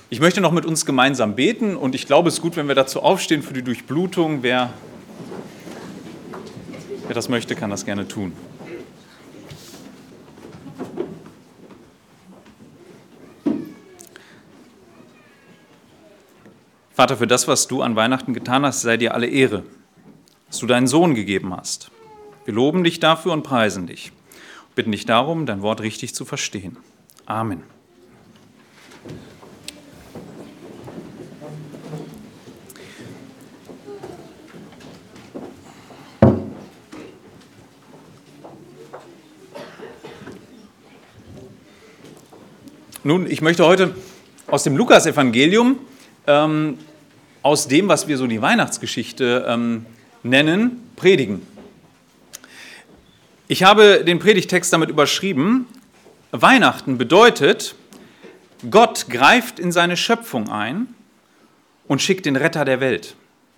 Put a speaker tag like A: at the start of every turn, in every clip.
A: Ich möchte noch mit uns gemeinsam beten und ich glaube, es ist gut, wenn wir dazu aufstehen für die Durchblutung. Wer das möchte, kann das gerne tun. Vater, für das, was du an Weihnachten getan hast, sei dir alle Ehre, dass du deinen Sohn gegeben hast. Wir loben dich dafür und preisen dich. Bitten dich darum, dein Wort richtig zu verstehen. Amen. Nun, ich möchte heute aus dem Lukas-Evangelium, aus dem, was wir so die Weihnachtsgeschichte nennen, predigen. Ich habe den Predigtext damit überschrieben: Weihnachten bedeutet, Gott greift in seine Schöpfung ein und schickt den Retter der Welt.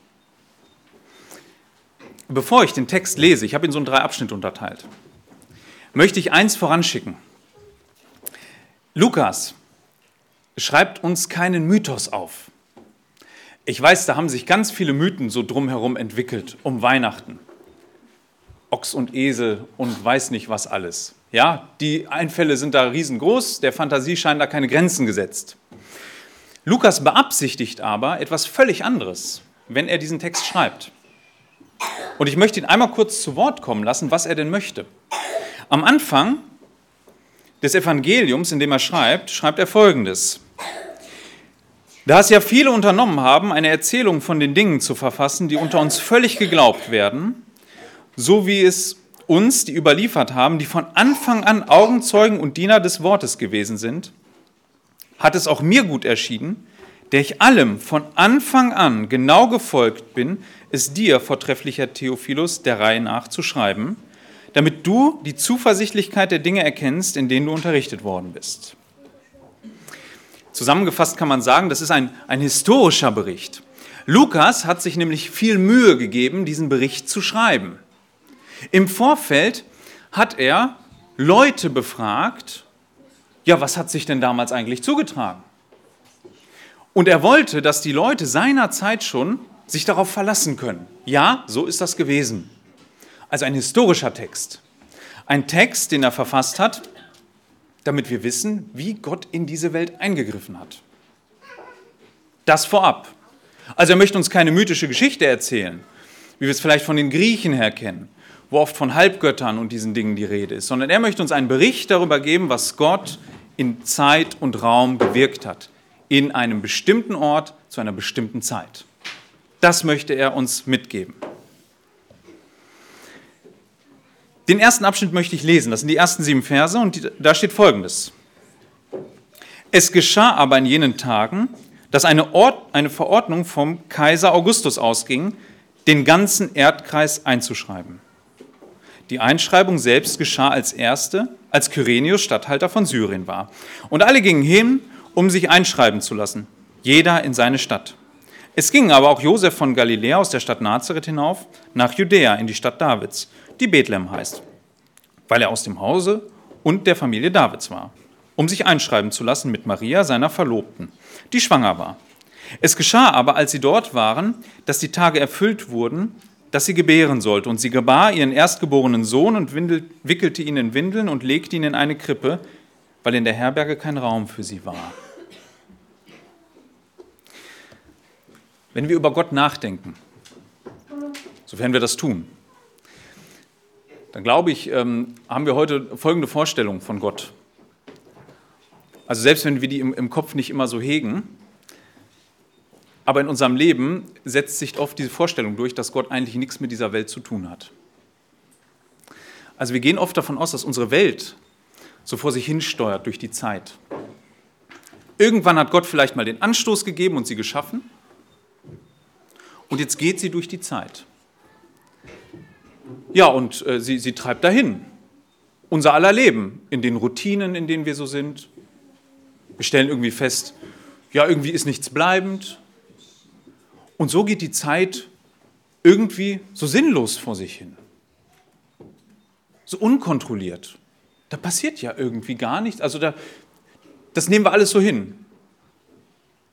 A: Bevor ich den Text lese, ich habe ihn so in 3 Abschnitte unterteilt, möchte ich eins voranschicken. Lukas schreibt uns keinen Mythos auf. Ich weiß, da haben sich ganz viele Mythen so drumherum entwickelt um Weihnachten. Ochs und Esel und weiß nicht was alles. Ja, die Einfälle sind da riesengroß, der Fantasie scheinen da keine Grenzen gesetzt. Lukas beabsichtigt aber etwas völlig anderes, wenn er diesen Text schreibt. Und ich möchte ihn einmal kurz zu Wort kommen lassen, was er denn möchte. Am Anfang des Evangeliums, in dem er schreibt er Folgendes: Da es ja viele unternommen haben, eine Erzählung von den Dingen zu verfassen, die unter uns völlig geglaubt werden, so wie es uns, die überliefert haben, die von Anfang an Augenzeugen und Diener des Wortes gewesen sind, hat es auch mir gut erschienen, der ich allem von Anfang an genau gefolgt bin, es dir, vortrefflicher Theophilus, der Reihe nach zu schreiben, damit du die Zuversichtlichkeit der Dinge erkennst, in denen du unterrichtet worden bist. Zusammengefasst kann man sagen, das ist ein historischer Bericht. Lukas hat sich nämlich viel Mühe gegeben, diesen Bericht zu schreiben. Im Vorfeld hat er Leute befragt, ja, was hat sich denn damals eigentlich zugetragen? Und er wollte, dass die Leute seiner Zeit schon sich darauf verlassen können. Ja, so ist das gewesen. Also ein historischer Text. Ein Text, den er verfasst hat, damit wir wissen, wie Gott in diese Welt eingegriffen hat. Das vorab. Also er möchte uns keine mythische Geschichte erzählen, wie wir es vielleicht von den Griechen her kennen, wo oft von Halbgöttern und diesen Dingen die Rede ist, sondern er möchte uns einen Bericht darüber geben, was Gott in Zeit und Raum gewirkt hat, in einem bestimmten Ort, zu einer bestimmten Zeit. Das möchte er uns mitgeben. Den ersten Abschnitt möchte ich lesen, das sind die ersten 7 Verse und da steht Folgendes. Es geschah aber in jenen Tagen, dass eine Verordnung vom Kaiser Augustus ausging, den ganzen Erdkreis einzuschreiben. Die Einschreibung selbst geschah als erste, als Kyrenius Statthalter von Syrien war. Und alle gingen hin, um sich einschreiben zu lassen, jeder in seine Stadt. Es ging aber auch Josef von Galiläa aus der Stadt Nazareth hinauf, nach Judäa in die Stadt Davids, die Bethlehem heißt, weil er aus dem Hause und der Familie Davids war, um sich einschreiben zu lassen mit Maria, seiner Verlobten, die schwanger war. Es geschah aber, als sie dort waren, dass die Tage erfüllt wurden, dass sie gebären sollte. Und sie gebar ihren erstgeborenen Sohn und wickelte ihn in Windeln und legte ihn in eine Krippe, weil in der Herberge kein Raum für sie war. Wenn wir über Gott nachdenken, sofern wir das tun, dann glaube ich, haben wir heute folgende Vorstellung von Gott. Also selbst wenn wir die im Kopf nicht immer so hegen, aber in unserem Leben setzt sich oft diese Vorstellung durch, dass Gott eigentlich nichts mit dieser Welt zu tun hat. Also wir gehen oft davon aus, dass unsere Welt so vor sich hinsteuert durch die Zeit. Irgendwann hat Gott vielleicht mal den Anstoß gegeben und sie geschaffen. Und jetzt geht sie durch die Zeit. Ja, und sie treibt dahin. Unser aller Leben, in den Routinen, in denen wir so sind. Wir stellen irgendwie fest, ja, irgendwie ist nichts bleibend. Und so geht die Zeit irgendwie so sinnlos vor sich hin. So unkontrolliert. Da passiert ja irgendwie gar nichts. Also das nehmen wir alles so hin.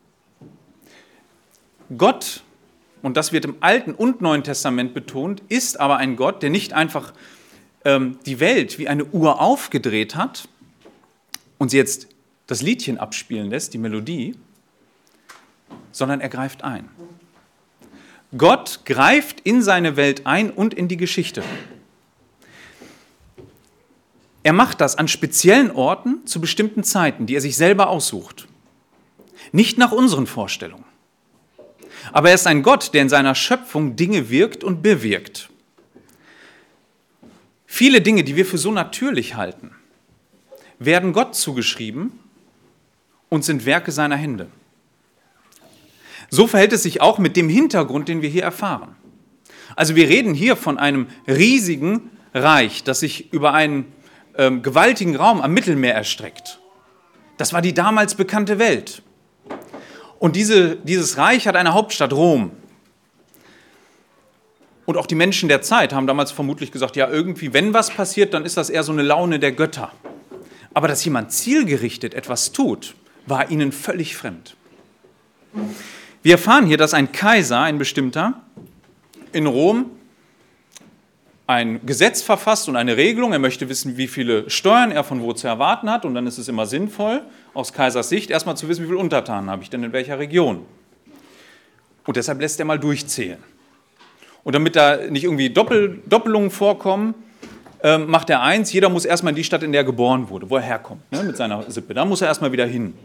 A: Gott, und das wird im Alten und Neuen Testament betont, ist aber ein Gott, der nicht einfach die Welt wie eine Uhr aufgedreht hat und sie jetzt das Liedchen abspielen lässt, die Melodie, sondern er greift ein. Gott greift in seine Welt ein und in die Geschichte. Er macht das an speziellen Orten zu bestimmten Zeiten, die er sich selber aussucht. Nicht nach unseren Vorstellungen. Aber er ist ein Gott, der in seiner Schöpfung Dinge wirkt und bewirkt. Viele Dinge, die wir für so natürlich halten, werden Gott zugeschrieben und sind Werke seiner Hände. So verhält es sich auch mit dem Hintergrund, den wir hier erfahren. Also wir reden hier von einem riesigen Reich, das sich über einen gewaltigen Raum am Mittelmeer erstreckt. Das war die damals bekannte Welt. Und dieses Reich hat eine Hauptstadt, Rom. Und auch die Menschen der Zeit haben damals vermutlich gesagt, ja irgendwie, wenn was passiert, dann ist das eher so eine Laune der Götter. Aber dass jemand zielgerichtet etwas tut, war ihnen völlig fremd. Wir erfahren hier, dass ein Kaiser, ein bestimmter, in Rom ein Gesetz verfasst und eine Regelung. Er möchte wissen, wie viele Steuern er von wo zu erwarten hat. Und dann ist es immer sinnvoll, aus Kaisers Sicht, erstmal zu wissen, wie viele Untertanen habe ich denn in welcher Region. Und deshalb lässt er mal durchzählen. Und damit da nicht irgendwie Doppelungen vorkommen, macht er eins, jeder muss erstmal in die Stadt, in der er geboren wurde, wo er herkommt, ne, mit seiner Sippe. Da muss er erstmal wieder hin.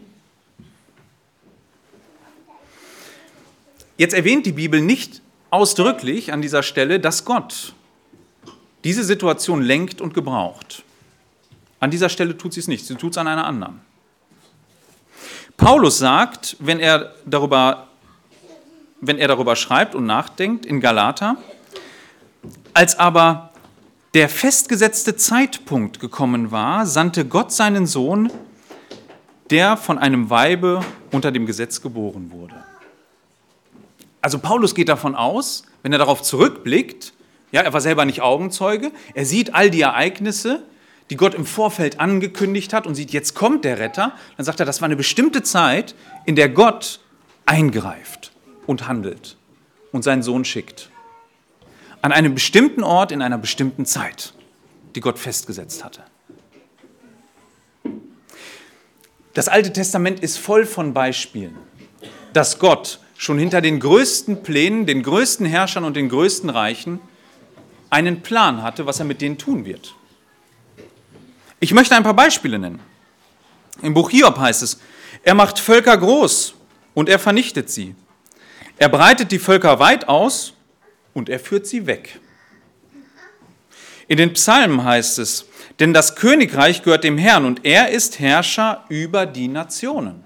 A: Jetzt erwähnt die Bibel nicht ausdrücklich an dieser Stelle, dass Gott diese Situation lenkt und gebraucht. An dieser Stelle tut sie es nicht, sie tut es an einer anderen. Paulus sagt, wenn er darüber schreibt und nachdenkt in Galater, als aber der festgesetzte Zeitpunkt gekommen war, sandte Gott seinen Sohn, der von einem Weibe unter dem Gesetz geboren wurde. Also Paulus geht davon aus, wenn er darauf zurückblickt, ja, er war selber nicht Augenzeuge, er sieht all die Ereignisse, die Gott im Vorfeld angekündigt hat und sieht, jetzt kommt der Retter, dann sagt er, das war eine bestimmte Zeit, in der Gott eingreift und handelt und seinen Sohn schickt. An einem bestimmten Ort, in einer bestimmten Zeit, die Gott festgesetzt hatte. Das Alte Testament ist voll von Beispielen, dass Gott schon hinter den größten Plänen, den größten Herrschern und den größten Reichen einen Plan hatte, was er mit denen tun wird. Ich möchte ein paar Beispiele nennen. Im Buch Hiob heißt es, er macht Völker groß und er vernichtet sie. Er breitet die Völker weit aus und er führt sie weg. In den Psalmen heißt es, denn das Königreich gehört dem Herrn und er ist Herrscher über die Nationen.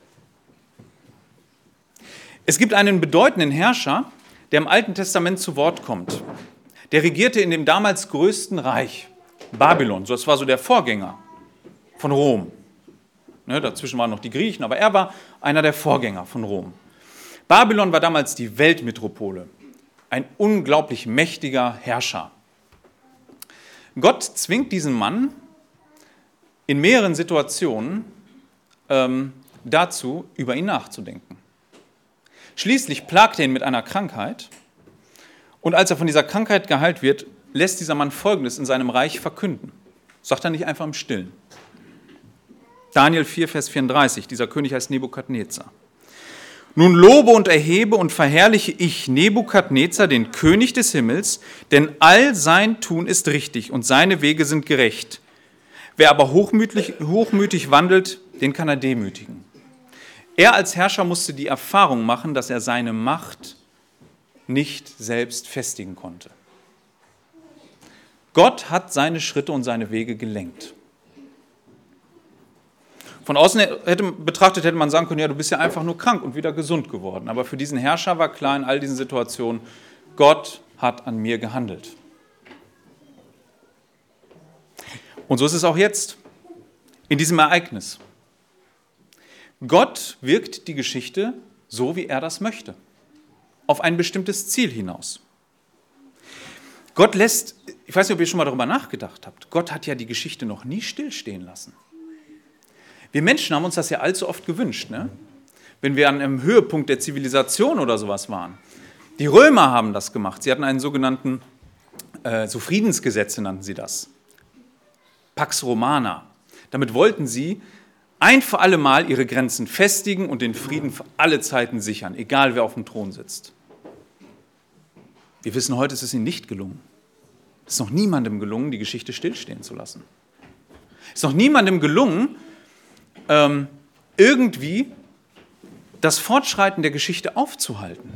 A: Es gibt einen bedeutenden Herrscher, der im Alten Testament zu Wort kommt. Der regierte in dem damals größten Reich, Babylon. Das war so der Vorgänger von Rom. Ne, dazwischen waren noch die Griechen, aber er war einer der Vorgänger von Rom. Babylon war damals die Weltmetropole. Ein unglaublich mächtiger Herrscher. Gott zwingt diesen Mann in mehreren Situationen dazu, über ihn nachzudenken. Schließlich plagt er ihn mit einer Krankheit und als er von dieser Krankheit geheilt wird, lässt dieser Mann Folgendes in seinem Reich verkünden. Sagt er nicht einfach im Stillen. Daniel 4, Vers 34, dieser König heißt Nebukadnezar. Nun lobe und erhebe und verherrliche ich Nebukadnezar, den König des Himmels, denn all sein Tun ist richtig und seine Wege sind gerecht. Wer aber hochmütig wandelt, den kann er demütigen. Er als Herrscher musste die Erfahrung machen, dass er seine Macht nicht selbst festigen konnte. Gott hat seine Schritte und seine Wege gelenkt. Von außen betrachtet hätte man sagen können, ja, du bist ja einfach nur krank und wieder gesund geworden. Aber für diesen Herrscher war klar in all diesen Situationen, Gott hat an mir gehandelt. Und so ist es auch jetzt, in diesem Ereignis. Gott wirkt die Geschichte so, wie er das möchte, auf ein bestimmtes Ziel hinaus. Gott lässt, ich weiß nicht, ob ihr schon mal darüber nachgedacht habt, Gott hat ja die Geschichte noch nie stillstehen lassen. Wir Menschen haben uns das ja allzu oft gewünscht, ne? wenn wir an einem Höhepunkt der Zivilisation oder sowas waren. Die Römer haben das gemacht. Sie hatten einen sogenannten, so Friedensgesetze nannten sie das, Pax Romana. Damit wollten sie ein für alle Mal ihre Grenzen festigen und den Frieden für alle Zeiten sichern, egal wer auf dem Thron sitzt. Wir wissen heute, es ist ihnen nicht gelungen. Es ist noch niemandem gelungen, die Geschichte stillstehen zu lassen. Es ist noch niemandem gelungen, irgendwie das Fortschreiten der Geschichte aufzuhalten.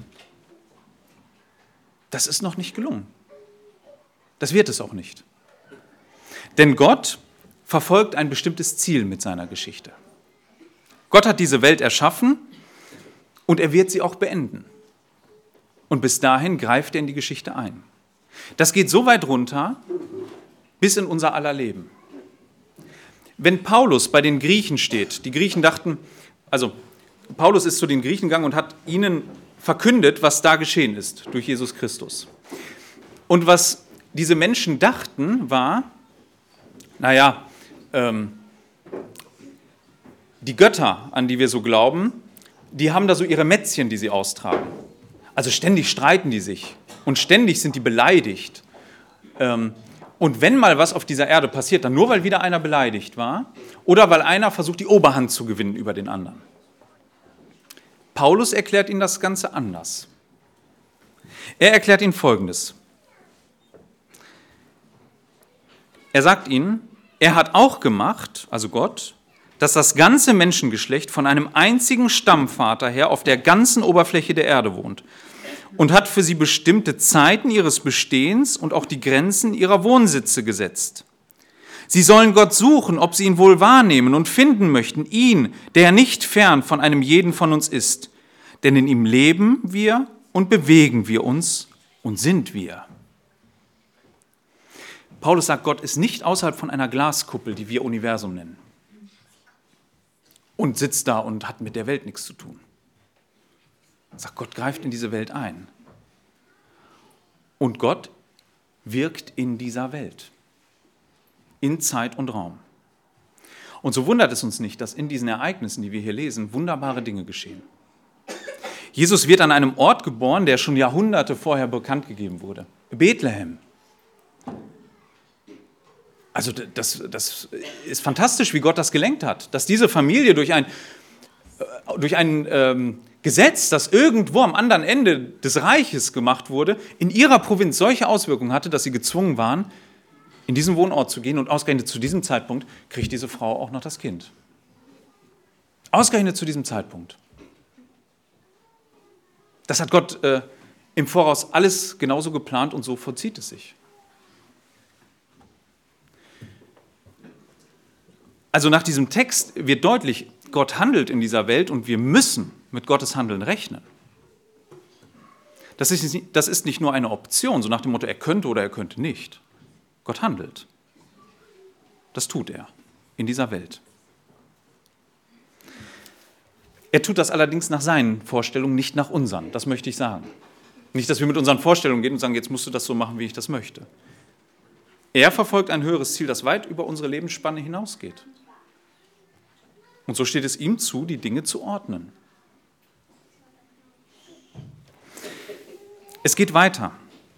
A: Das ist noch nicht gelungen. Das wird es auch nicht. Denn Gott verfolgt ein bestimmtes Ziel mit seiner Geschichte. Gott hat diese Welt erschaffen und er wird sie auch beenden. Und bis dahin greift er in die Geschichte ein. Das geht so weit runter, bis in unser aller Leben. Wenn Paulus bei den Griechen steht, die Griechen dachten, also Paulus ist zu den Griechen gegangen und hat ihnen verkündet, was da geschehen ist durch Jesus Christus. Und was diese Menschen dachten, war, die Götter, an die wir so glauben, die haben da so ihre Mätzchen, die sie austragen. Also ständig streiten die sich und ständig sind die beleidigt. Und wenn mal was auf dieser Erde passiert, dann nur, weil wieder einer beleidigt war oder weil einer versucht, die Oberhand zu gewinnen über den anderen. Paulus erklärt ihnen das Ganze anders. Er erklärt ihnen Folgendes. Er sagt ihnen, er hat auch gemacht, also Gott, dass das ganze Menschengeschlecht von einem einzigen Stammvater her auf der ganzen Oberfläche der Erde wohnt und hat für sie bestimmte Zeiten ihres Bestehens und auch die Grenzen ihrer Wohnsitze gesetzt. Sie sollen Gott suchen, ob sie ihn wohl wahrnehmen und finden möchten, ihn, der nicht fern von einem jeden von uns ist. Denn in ihm leben wir und bewegen wir uns und sind wir. Paulus sagt, Gott ist nicht außerhalb von einer Glaskuppel, die wir Universum nennen. Und sitzt da und hat mit der Welt nichts zu tun. Er sagt, Gott greift in diese Welt ein. Und Gott wirkt in dieser Welt. In Zeit und Raum. Und so wundert es uns nicht, dass in diesen Ereignissen, die wir hier lesen, wunderbare Dinge geschehen. Jesus wird an einem Ort geboren, der schon Jahrhunderte vorher bekannt gegeben wurde. Bethlehem. Also das ist fantastisch, wie Gott das gelenkt hat. Dass diese Familie durch ein Gesetz, das irgendwo am anderen Ende des Reiches gemacht wurde, in ihrer Provinz solche Auswirkungen hatte, dass sie gezwungen waren, in diesen Wohnort zu gehen. Und ausgerechnet zu diesem Zeitpunkt kriegt diese Frau auch noch das Kind. Ausgerechnet zu diesem Zeitpunkt. Das hat Gott im Voraus alles genauso geplant und so vollzieht es sich. Also nach diesem Text wird deutlich, Gott handelt in dieser Welt und wir müssen mit Gottes Handeln rechnen. Das ist nicht nur eine Option, so nach dem Motto, er könnte oder er könnte nicht. Gott handelt. Das tut er in dieser Welt. Er tut das allerdings nach seinen Vorstellungen, nicht nach unseren. Das möchte ich sagen. Nicht, dass wir mit unseren Vorstellungen gehen und sagen, jetzt musst du das so machen, wie ich das möchte. Er verfolgt ein höheres Ziel, das weit über unsere Lebensspanne hinausgeht. Und so steht es ihm zu, die Dinge zu ordnen. Es geht weiter.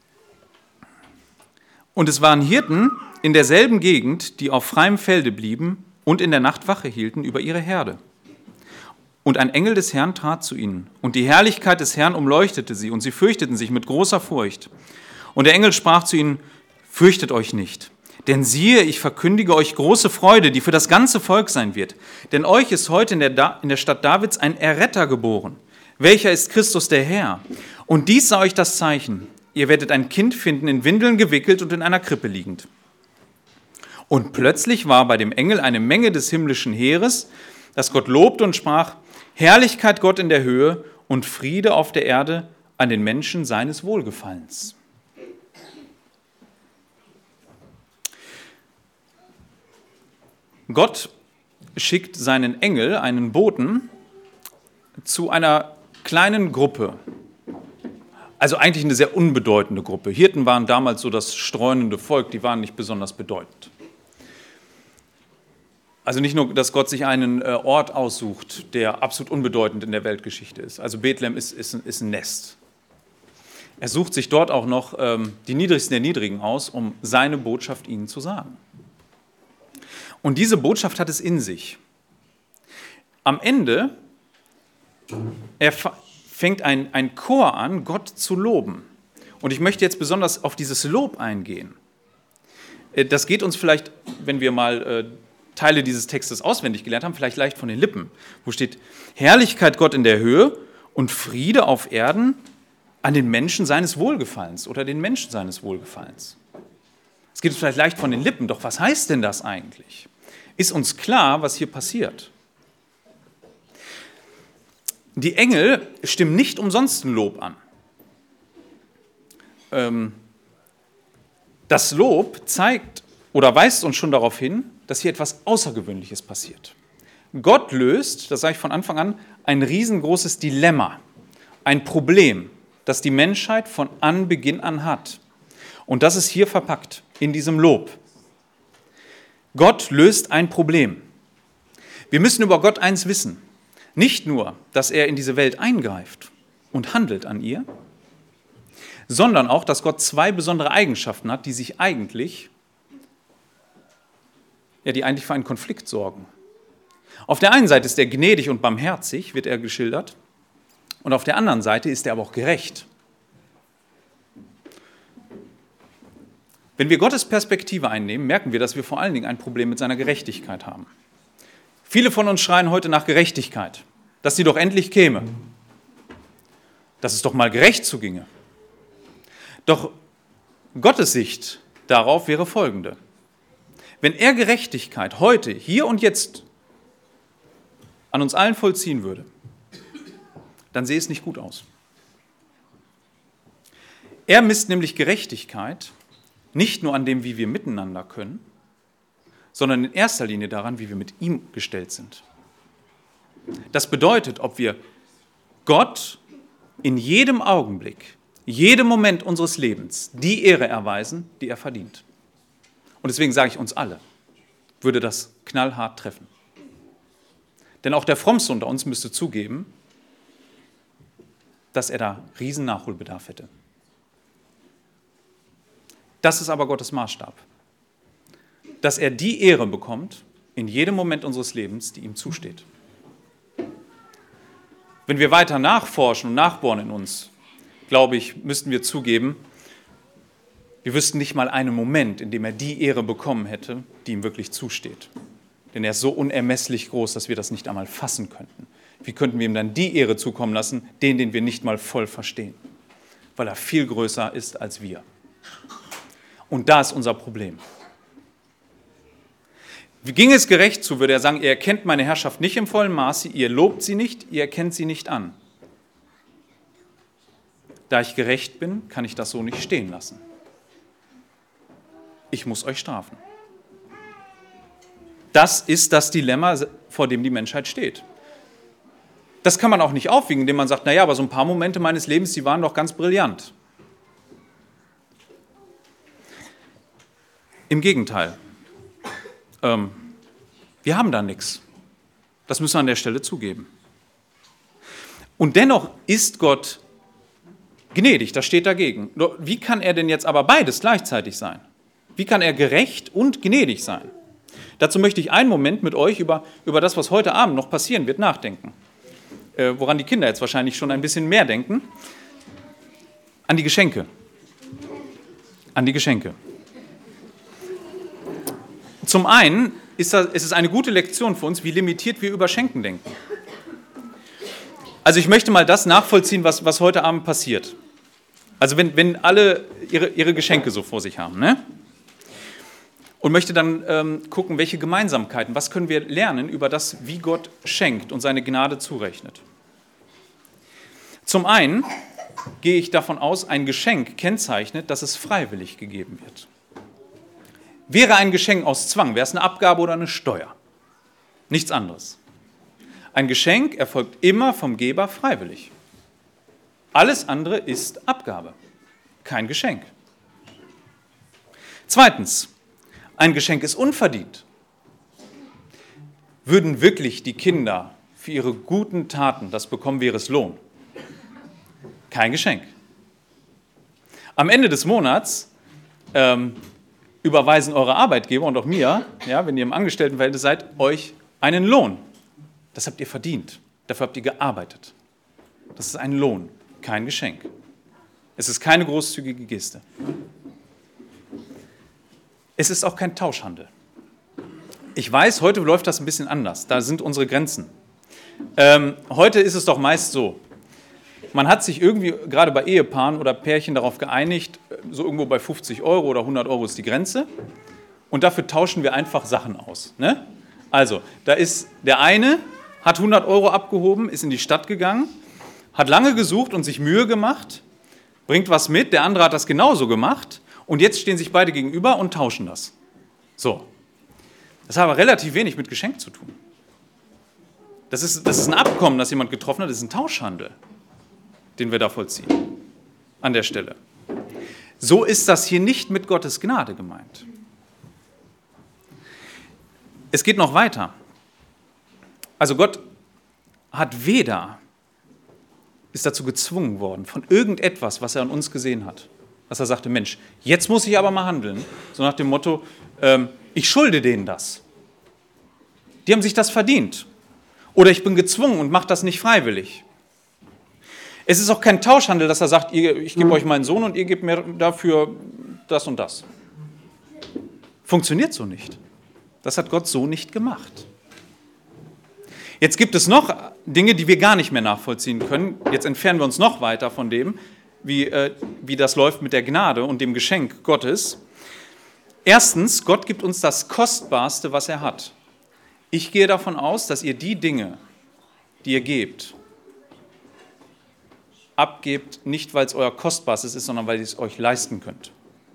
A: Und es waren Hirten in derselben Gegend, die auf freiem Felde blieben und in der Nacht Wache hielten über ihre Herde. Und ein Engel des Herrn trat zu ihnen, und die Herrlichkeit des Herrn umleuchtete sie, und sie fürchteten sich mit großer Furcht. Und der Engel sprach zu ihnen, fürchtet euch nicht, denn siehe, ich verkündige euch große Freude, die für das ganze Volk sein wird. Denn euch ist heute in der Stadt Davids ein Erretter geboren, welcher ist Christus der Herr. Und dies sei euch das Zeichen, ihr werdet ein Kind finden, in Windeln gewickelt und in einer Krippe liegend. Und plötzlich war bei dem Engel eine Menge des himmlischen Heeres, das Gott lobte und sprach, Herrlichkeit Gott in der Höhe und Friede auf der Erde an den Menschen seines Wohlgefallens. Gott schickt seinen Engel, einen Boten, zu einer kleinen Gruppe. Also eigentlich eine sehr unbedeutende Gruppe. Hirten waren damals so das streunende Volk, die waren nicht besonders bedeutend. Also nicht nur, dass Gott sich einen Ort aussucht, der absolut unbedeutend in der Weltgeschichte ist. Also Bethlehem ist ein Nest. Er sucht sich dort auch noch die Niedrigsten der Niedrigen aus, um seine Botschaft ihnen zu sagen. Und diese Botschaft hat es in sich. Am Ende fängt ein Chor an, Gott zu loben. Und ich möchte jetzt besonders auf dieses Lob eingehen. Das geht uns vielleicht, wenn wir mal Teile dieses Textes auswendig gelernt haben, vielleicht leicht von den Lippen. Wo steht, Herrlichkeit Gott in der Höhe und Friede auf Erden an den Menschen seines Wohlgefallens oder den Menschen seines Wohlgefallens. Es geht uns vielleicht leicht von den Lippen, doch was heißt denn das eigentlich? Ist uns klar, was hier passiert? Die Engel stimmen nicht umsonst ein Lob an. Das Lob zeigt oder weist uns schon darauf hin, dass hier etwas Außergewöhnliches passiert. Gott löst, das sage ich von Anfang an, ein riesengroßes Dilemma, ein Problem, das die Menschheit von Anbeginn an hat. Und das ist hier verpackt in diesem Lob. Gott löst ein Problem. Wir müssen über Gott eins wissen. Nicht nur, dass er in diese Welt eingreift und handelt an ihr, sondern auch, dass Gott zwei besondere Eigenschaften hat, die eigentlich für einen Konflikt sorgen. Auf der einen Seite ist er gnädig und barmherzig, wird er geschildert, und auf der anderen Seite ist er aber auch gerecht. Wenn wir Gottes Perspektive einnehmen, merken wir, dass wir vor allen Dingen ein Problem mit seiner Gerechtigkeit haben. Viele von uns schreien heute nach Gerechtigkeit, dass sie doch endlich käme, dass es doch mal gerecht zuginge. Doch Gottes Sicht darauf wäre folgende. Wenn er Gerechtigkeit heute, hier und jetzt an uns allen vollziehen würde, dann sähe es nicht gut aus. Er misst nämlich Gerechtigkeit nicht nur an dem, wie wir miteinander können, sondern in erster Linie daran, wie wir mit ihm gestellt sind. Das bedeutet, ob wir Gott in jedem Augenblick, jedem Moment unseres Lebens die Ehre erweisen, die er verdient. Und deswegen sage ich uns alle, würde das knallhart treffen. Denn auch der Frommste unter uns müsste zugeben, dass er da riesen Nachholbedarf hätte. Das ist aber Gottes Maßstab. Dass er die Ehre bekommt, in jedem Moment unseres Lebens, die ihm zusteht. Wenn wir weiter nachforschen und nachbohren in uns, glaube ich, müssten wir zugeben, wir wüssten nicht mal einen Moment, in dem er die Ehre bekommen hätte, die ihm wirklich zusteht. Denn er ist so unermesslich groß, dass wir das nicht einmal fassen könnten. Wie könnten wir ihm dann die Ehre zukommen lassen, den wir nicht mal voll verstehen? Weil er viel größer ist als wir. Und da ist unser Problem. Wie ging es gerecht zu, würde er sagen, ihr erkennt meine Herrschaft nicht im vollen Maße, ihr lobt sie nicht, ihr erkennt sie nicht an. Da ich gerecht bin, kann ich das so nicht stehen lassen. Ich muss euch strafen. Das ist das Dilemma, vor dem die Menschheit steht. Das kann man auch nicht aufwiegen, indem man sagt, naja, aber so ein paar Momente meines Lebens, die waren doch ganz brillant. Im Gegenteil. Wir haben da nichts. Das müssen wir an der Stelle zugeben. Und dennoch ist Gott gnädig, das steht dagegen. Wie kann er denn jetzt aber beides gleichzeitig sein? Wie kann er gerecht und gnädig sein? Dazu möchte ich einen Moment mit euch über das, was heute Abend noch passieren wird, nachdenken. Woran die Kinder jetzt wahrscheinlich schon ein bisschen mehr denken. An die Geschenke. An die Geschenke. Zum einen ist es eine gute Lektion für uns, wie limitiert wir über Schenken denken. Also ich möchte mal das nachvollziehen, was heute Abend passiert. Also wenn alle ihre Geschenke so vor sich haben, ne? Und möchte dann gucken, welche Gemeinsamkeiten, was können wir lernen über das, wie Gott schenkt und seine Gnade zurechnet. Zum einen gehe ich davon aus, ein Geschenk kennzeichnet, dass es freiwillig gegeben wird. Wäre ein Geschenk aus Zwang, wäre es eine Abgabe oder eine Steuer. Nichts anderes. Ein Geschenk erfolgt immer vom Geber freiwillig. Alles andere ist Abgabe, kein Geschenk. Zweitens, ein Geschenk ist unverdient. würden wirklich die Kinder für ihre guten Taten das bekommen, wäre es Lohn. Kein Geschenk. Am Ende des Monats überweisen eure Arbeitgeber und auch mir, ja, wenn ihr im Angestelltenverhältnis seid, euch einen Lohn. Das habt ihr verdient. Dafür habt ihr gearbeitet. Das ist ein Lohn, kein Geschenk. Es ist keine großzügige Geste. Es ist auch kein Tauschhandel. Ich weiß, heute läuft das ein bisschen anders. Da sind unsere Grenzen. Heute ist es doch meist so, man hat sich irgendwie, gerade bei Ehepaaren oder Pärchen, darauf geeinigt, so irgendwo bei 50 Euro oder 100 Euro ist die Grenze. Und dafür tauschen wir einfach Sachen aus. Ne? Also, da ist der eine, hat 100 Euro abgehoben, ist in die Stadt gegangen, hat lange gesucht und sich Mühe gemacht, bringt was mit, der andere hat das genauso gemacht und jetzt stehen sich beide gegenüber und tauschen das. So. Das hat aber relativ wenig mit Geschenk zu tun. Das ist ein Abkommen, das jemand getroffen hat, das ist ein Tauschhandel, den wir da vollziehen, an der Stelle. So ist das hier nicht mit Gottes Gnade gemeint. Es geht noch weiter. Also Gott ist dazu gezwungen worden, von irgendetwas, was er an uns gesehen hat, dass er sagte, Mensch, jetzt muss ich aber mal handeln, so nach dem Motto, ich schulde denen das. Die haben sich das verdient. Oder ich bin gezwungen und mache das nicht freiwillig. Es ist auch kein Tauschhandel, dass er sagt, ich gebe euch meinen Sohn und ihr gebt mir dafür das und das. Funktioniert so nicht. Das hat Gott so nicht gemacht. Jetzt gibt es noch Dinge, die wir gar nicht mehr nachvollziehen können. Jetzt entfernen wir uns noch weiter von dem, wie das läuft mit der Gnade und dem Geschenk Gottes. Erstens, Gott gibt uns das Kostbarste, was er hat. Ich gehe davon aus, dass ihr die Dinge, die ihr gebt, abgebt, nicht weil es euer Kostbarstes ist, sondern weil ihr es euch leisten könnt.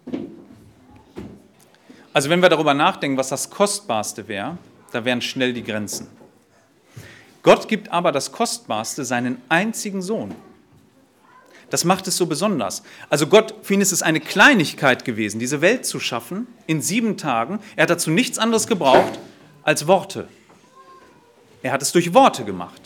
A: Also wenn wir darüber nachdenken, was das Kostbarste wäre, da wären schnell die Grenzen. Gott gibt aber das Kostbarste, seinen einzigen Sohn. Das macht es so besonders. Also Gott, für ihn ist es eine Kleinigkeit gewesen, diese Welt zu schaffen in 7 Tagen. Er hat dazu nichts anderes gebraucht als Worte. Er hat es durch Worte gemacht.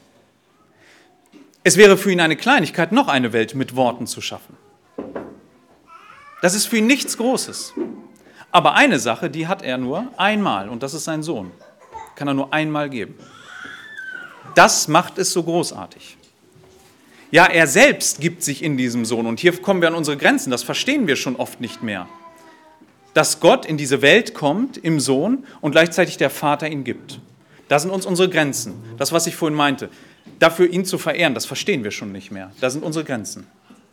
A: Es wäre für ihn eine Kleinigkeit, noch eine Welt mit Worten zu schaffen. Das ist für ihn nichts Großes. Aber eine Sache, die hat er nur einmal, und das ist sein Sohn. Kann er nur einmal geben. Das macht es so großartig. Ja, er selbst gibt sich in diesem Sohn. Und hier kommen wir an unsere Grenzen. Das verstehen wir schon oft nicht mehr. Dass Gott in diese Welt kommt im Sohn und gleichzeitig der Vater ihn gibt. Da sind uns unsere Grenzen. Das, was ich vorhin meinte. Dafür ihn zu verehren, das verstehen wir schon nicht mehr. Da sind unsere Grenzen.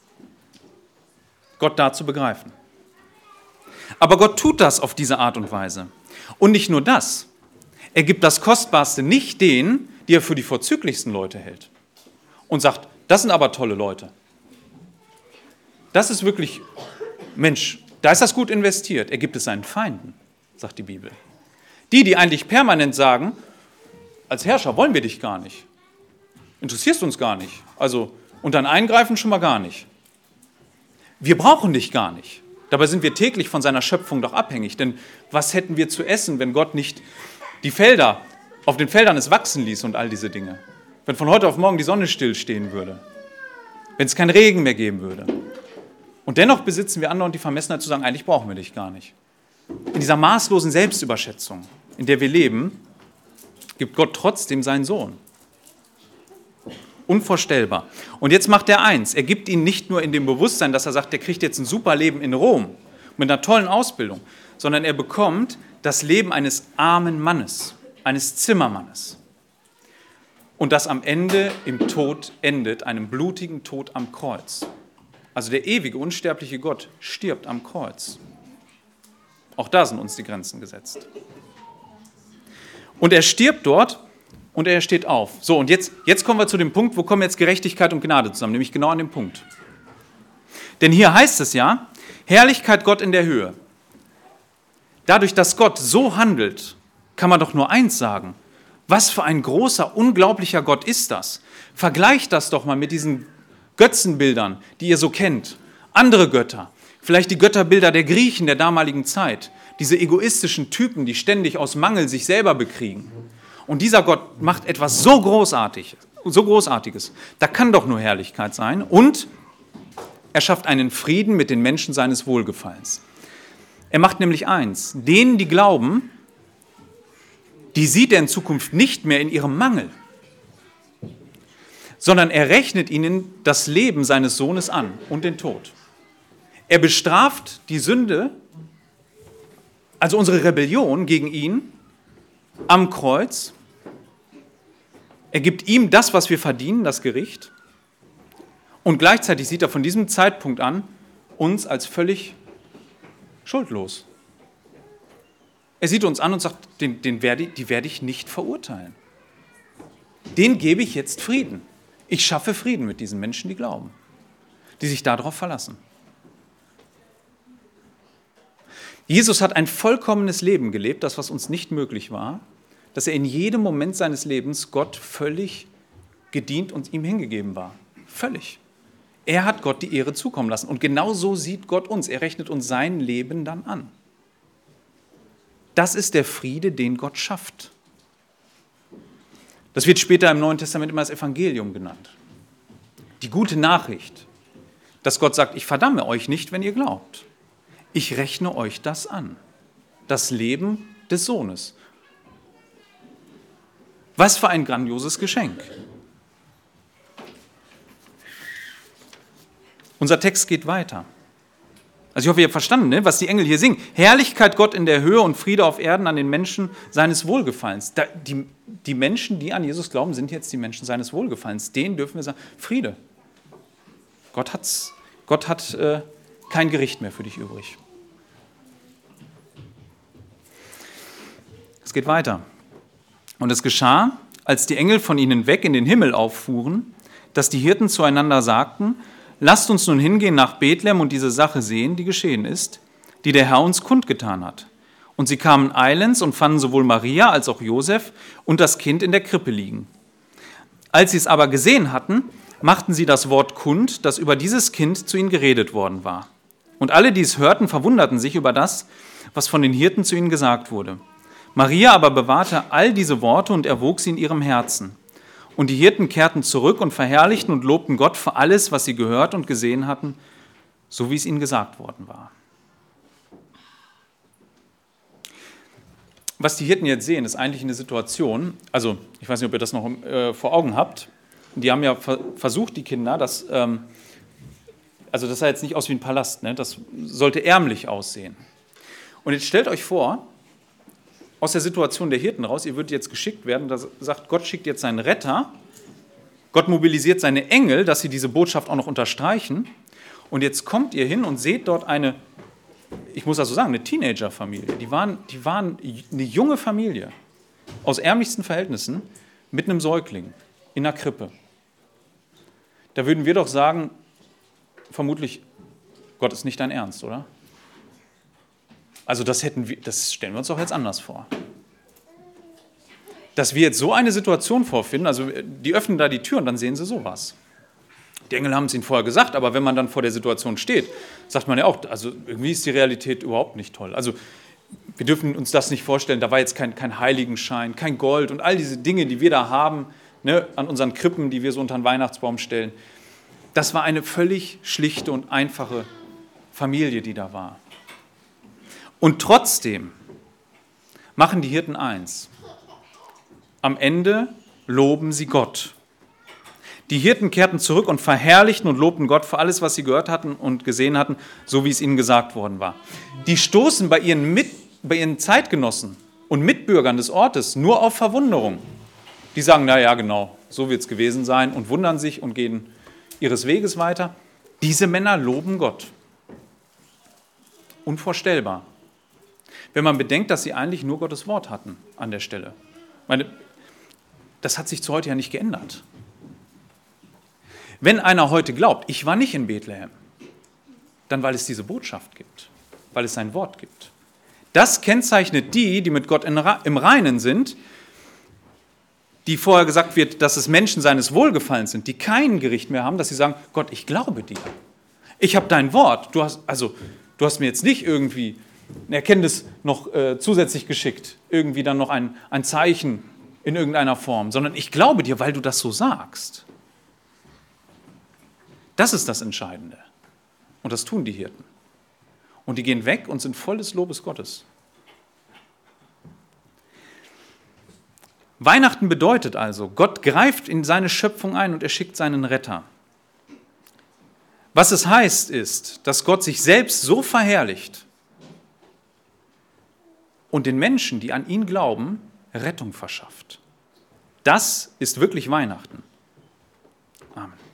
A: Gott da zu begreifen. Aber Gott tut das auf diese Art und Weise. Und nicht nur das. Er gibt das Kostbarste nicht denen, die er für die vorzüglichsten Leute hält. Und sagt, das sind aber tolle Leute. Das ist wirklich, Mensch, da ist das gut investiert. Er gibt es seinen Feinden, sagt die Bibel. Die eigentlich permanent sagen, als Herrscher wollen wir dich gar nicht. Interessierst uns gar nicht. Also, und dann eingreifen schon mal gar nicht. Wir brauchen dich gar nicht. Dabei sind wir täglich von seiner Schöpfung doch abhängig. Denn was hätten wir zu essen, wenn Gott nicht die Felder, auf den Feldern es wachsen ließ und all diese Dinge? Wenn von heute auf morgen die Sonne stillstehen würde? Wenn es keinen Regen mehr geben würde? Und dennoch besitzen wir andauernd die Vermessenheit zu sagen, eigentlich brauchen wir dich gar nicht. In dieser maßlosen Selbstüberschätzung, in der wir leben, gibt Gott trotzdem seinen Sohn. Unvorstellbar. Und jetzt macht er eins. Er gibt ihn nicht nur in dem Bewusstsein, dass er sagt, der kriegt jetzt ein super Leben in Rom mit einer tollen Ausbildung, sondern er bekommt das Leben eines armen Mannes, eines Zimmermannes. Und das am Ende im Tod endet, einem blutigen Tod am Kreuz. Also der ewige, unsterbliche Gott stirbt am Kreuz. Auch da sind uns die Grenzen gesetzt. Und er stirbt dort und er steht auf. So, und jetzt kommen wir zu dem Punkt, wo kommen jetzt Gerechtigkeit und Gnade zusammen, nämlich genau an dem Punkt. Denn hier heißt es ja, Herrlichkeit Gott in der Höhe. Dadurch, dass Gott so handelt, kann man doch nur eins sagen. Was für ein großer, unglaublicher Gott ist das? Vergleicht das doch mal mit diesen Götzenbildern, die ihr so kennt. Andere Götter, vielleicht die Götterbilder der Griechen der damaligen Zeit. Diese egoistischen Typen, die ständig aus Mangel sich selber bekriegen. Und dieser Gott macht etwas so Großartiges. Da kann doch nur Herrlichkeit sein. Und er schafft einen Frieden mit den Menschen seines Wohlgefallens. Er macht nämlich eins: Denen, die glauben, die sieht er in Zukunft nicht mehr in ihrem Mangel, sondern er rechnet ihnen das Leben seines Sohnes an und den Tod. Er bestraft die Sünde, also unsere Rebellion gegen ihn, am Kreuz. Er gibt ihm das, was wir verdienen, das Gericht. Und gleichzeitig sieht er von diesem Zeitpunkt an uns als völlig schuldlos. Er sieht uns an und sagt, die werde ich nicht verurteilen. Den gebe ich jetzt Frieden. Ich schaffe Frieden mit diesen Menschen, die glauben, die sich darauf verlassen. Jesus hat ein vollkommenes Leben gelebt, das, was uns nicht möglich war, dass er in jedem Moment seines Lebens Gott völlig gedient und ihm hingegeben war. Völlig. Er hat Gott die Ehre zukommen lassen. Und genau so sieht Gott uns. Er rechnet uns sein Leben dann an. Das ist der Friede, den Gott schafft. Das wird später im Neuen Testament immer das Evangelium genannt. Die gute Nachricht, dass Gott sagt, ich verdamme euch nicht, wenn ihr glaubt. Ich rechne euch das an. Das Leben des Sohnes. Was für ein grandioses Geschenk. Unser Text geht weiter. Also ich hoffe, ihr habt verstanden, was die Engel hier singen. Herrlichkeit Gott in der Höhe und Friede auf Erden an den Menschen seines Wohlgefallens. Die Menschen, die an Jesus glauben, sind jetzt die Menschen seines Wohlgefallens. Denen dürfen wir sagen, Friede. Gott hat kein Gericht mehr für dich übrig. Es geht weiter. Und es geschah, als die Engel von ihnen weg in den Himmel auffuhren, dass die Hirten zueinander sagten, lasst uns nun hingehen nach Bethlehem und diese Sache sehen, die geschehen ist, die der Herr uns kundgetan hat. Und sie kamen eilends und fanden sowohl Maria als auch Josef und das Kind in der Krippe liegen. Als sie es aber gesehen hatten, machten sie das Wort kund, das über dieses Kind zu ihnen geredet worden war. Und alle, die es hörten, verwunderten sich über das, was von den Hirten zu ihnen gesagt wurde. Maria aber bewahrte all diese Worte und erwog sie in ihrem Herzen. Und die Hirten kehrten zurück und verherrlichten und lobten Gott für alles, was sie gehört und gesehen hatten, so wie es ihnen gesagt worden war. Was die Hirten jetzt sehen, ist eigentlich eine Situation, also ich weiß nicht, ob ihr das noch vor Augen habt, die haben ja versucht, die Kinder, also das sah jetzt nicht aus wie ein Palast, ne? Das sollte ärmlich aussehen. Und jetzt stellt euch vor, aus der Situation der Hirten raus, ihr würdet jetzt geschickt werden, da sagt Gott, schickt jetzt seinen Retter, Gott mobilisiert seine Engel, dass sie diese Botschaft auch noch unterstreichen und jetzt kommt ihr hin und seht dort eine, ich muss also sagen, eine Teenagerfamilie, die waren eine junge Familie aus ärmlichsten Verhältnissen mit einem Säugling in einer Krippe. Da würden wir doch sagen, vermutlich, Gott ist nicht dein Ernst, oder? Also das stellen wir uns doch jetzt anders vor. Dass wir jetzt so eine Situation vorfinden, also die öffnen da die Tür und dann sehen sie sowas. Die Engel haben es ihnen vorher gesagt, aber wenn man dann vor der Situation steht, sagt man ja auch, also irgendwie ist die Realität überhaupt nicht toll. Also wir dürfen uns das nicht vorstellen, da war jetzt kein Heiligenschein, kein Gold und all diese Dinge, die wir da haben, ne, an unseren Krippen, die wir so unter den Weihnachtsbaum stellen. Das war eine völlig schlichte und einfache Familie, die da war. Und trotzdem machen die Hirten eins. Am Ende loben sie Gott. Die Hirten kehrten zurück und verherrlichten und lobten Gott für alles, was sie gehört hatten und gesehen hatten, so wie es ihnen gesagt worden war. Die stoßen bei ihren Zeitgenossen und Mitbürgern des Ortes nur auf Verwunderung. Die sagen, na ja, genau, so wird es gewesen sein und wundern sich und gehen ihres Weges weiter. Diese Männer loben Gott. Unvorstellbar. Wenn man bedenkt, dass sie eigentlich nur Gottes Wort hatten an der Stelle. Ich meine, das hat sich zu heute ja nicht geändert. Wenn einer heute glaubt, ich war nicht in Bethlehem, dann weil es diese Botschaft gibt, weil es sein Wort gibt. Das kennzeichnet die mit Gott im Reinen sind, die vorher gesagt wird, dass es Menschen seines Wohlgefallens sind, die kein Gericht mehr haben, dass sie sagen, Gott, ich glaube dir. Ich habe dein Wort. Du hast mir jetzt nicht irgendwie ein Erkenntnis noch zusätzlich geschickt, irgendwie dann noch ein Zeichen in irgendeiner Form, sondern ich glaube dir, weil du das so sagst. Das ist das Entscheidende. Und das tun die Hirten. Und die gehen weg und sind voll des Lobes Gottes. Weihnachten bedeutet also, Gott greift in seine Schöpfung ein und er schickt seinen Retter. Was es heißt, ist, dass Gott sich selbst so verherrlicht und den Menschen, die an ihn glauben, Rettung verschafft. Das ist wirklich Weihnachten. Amen.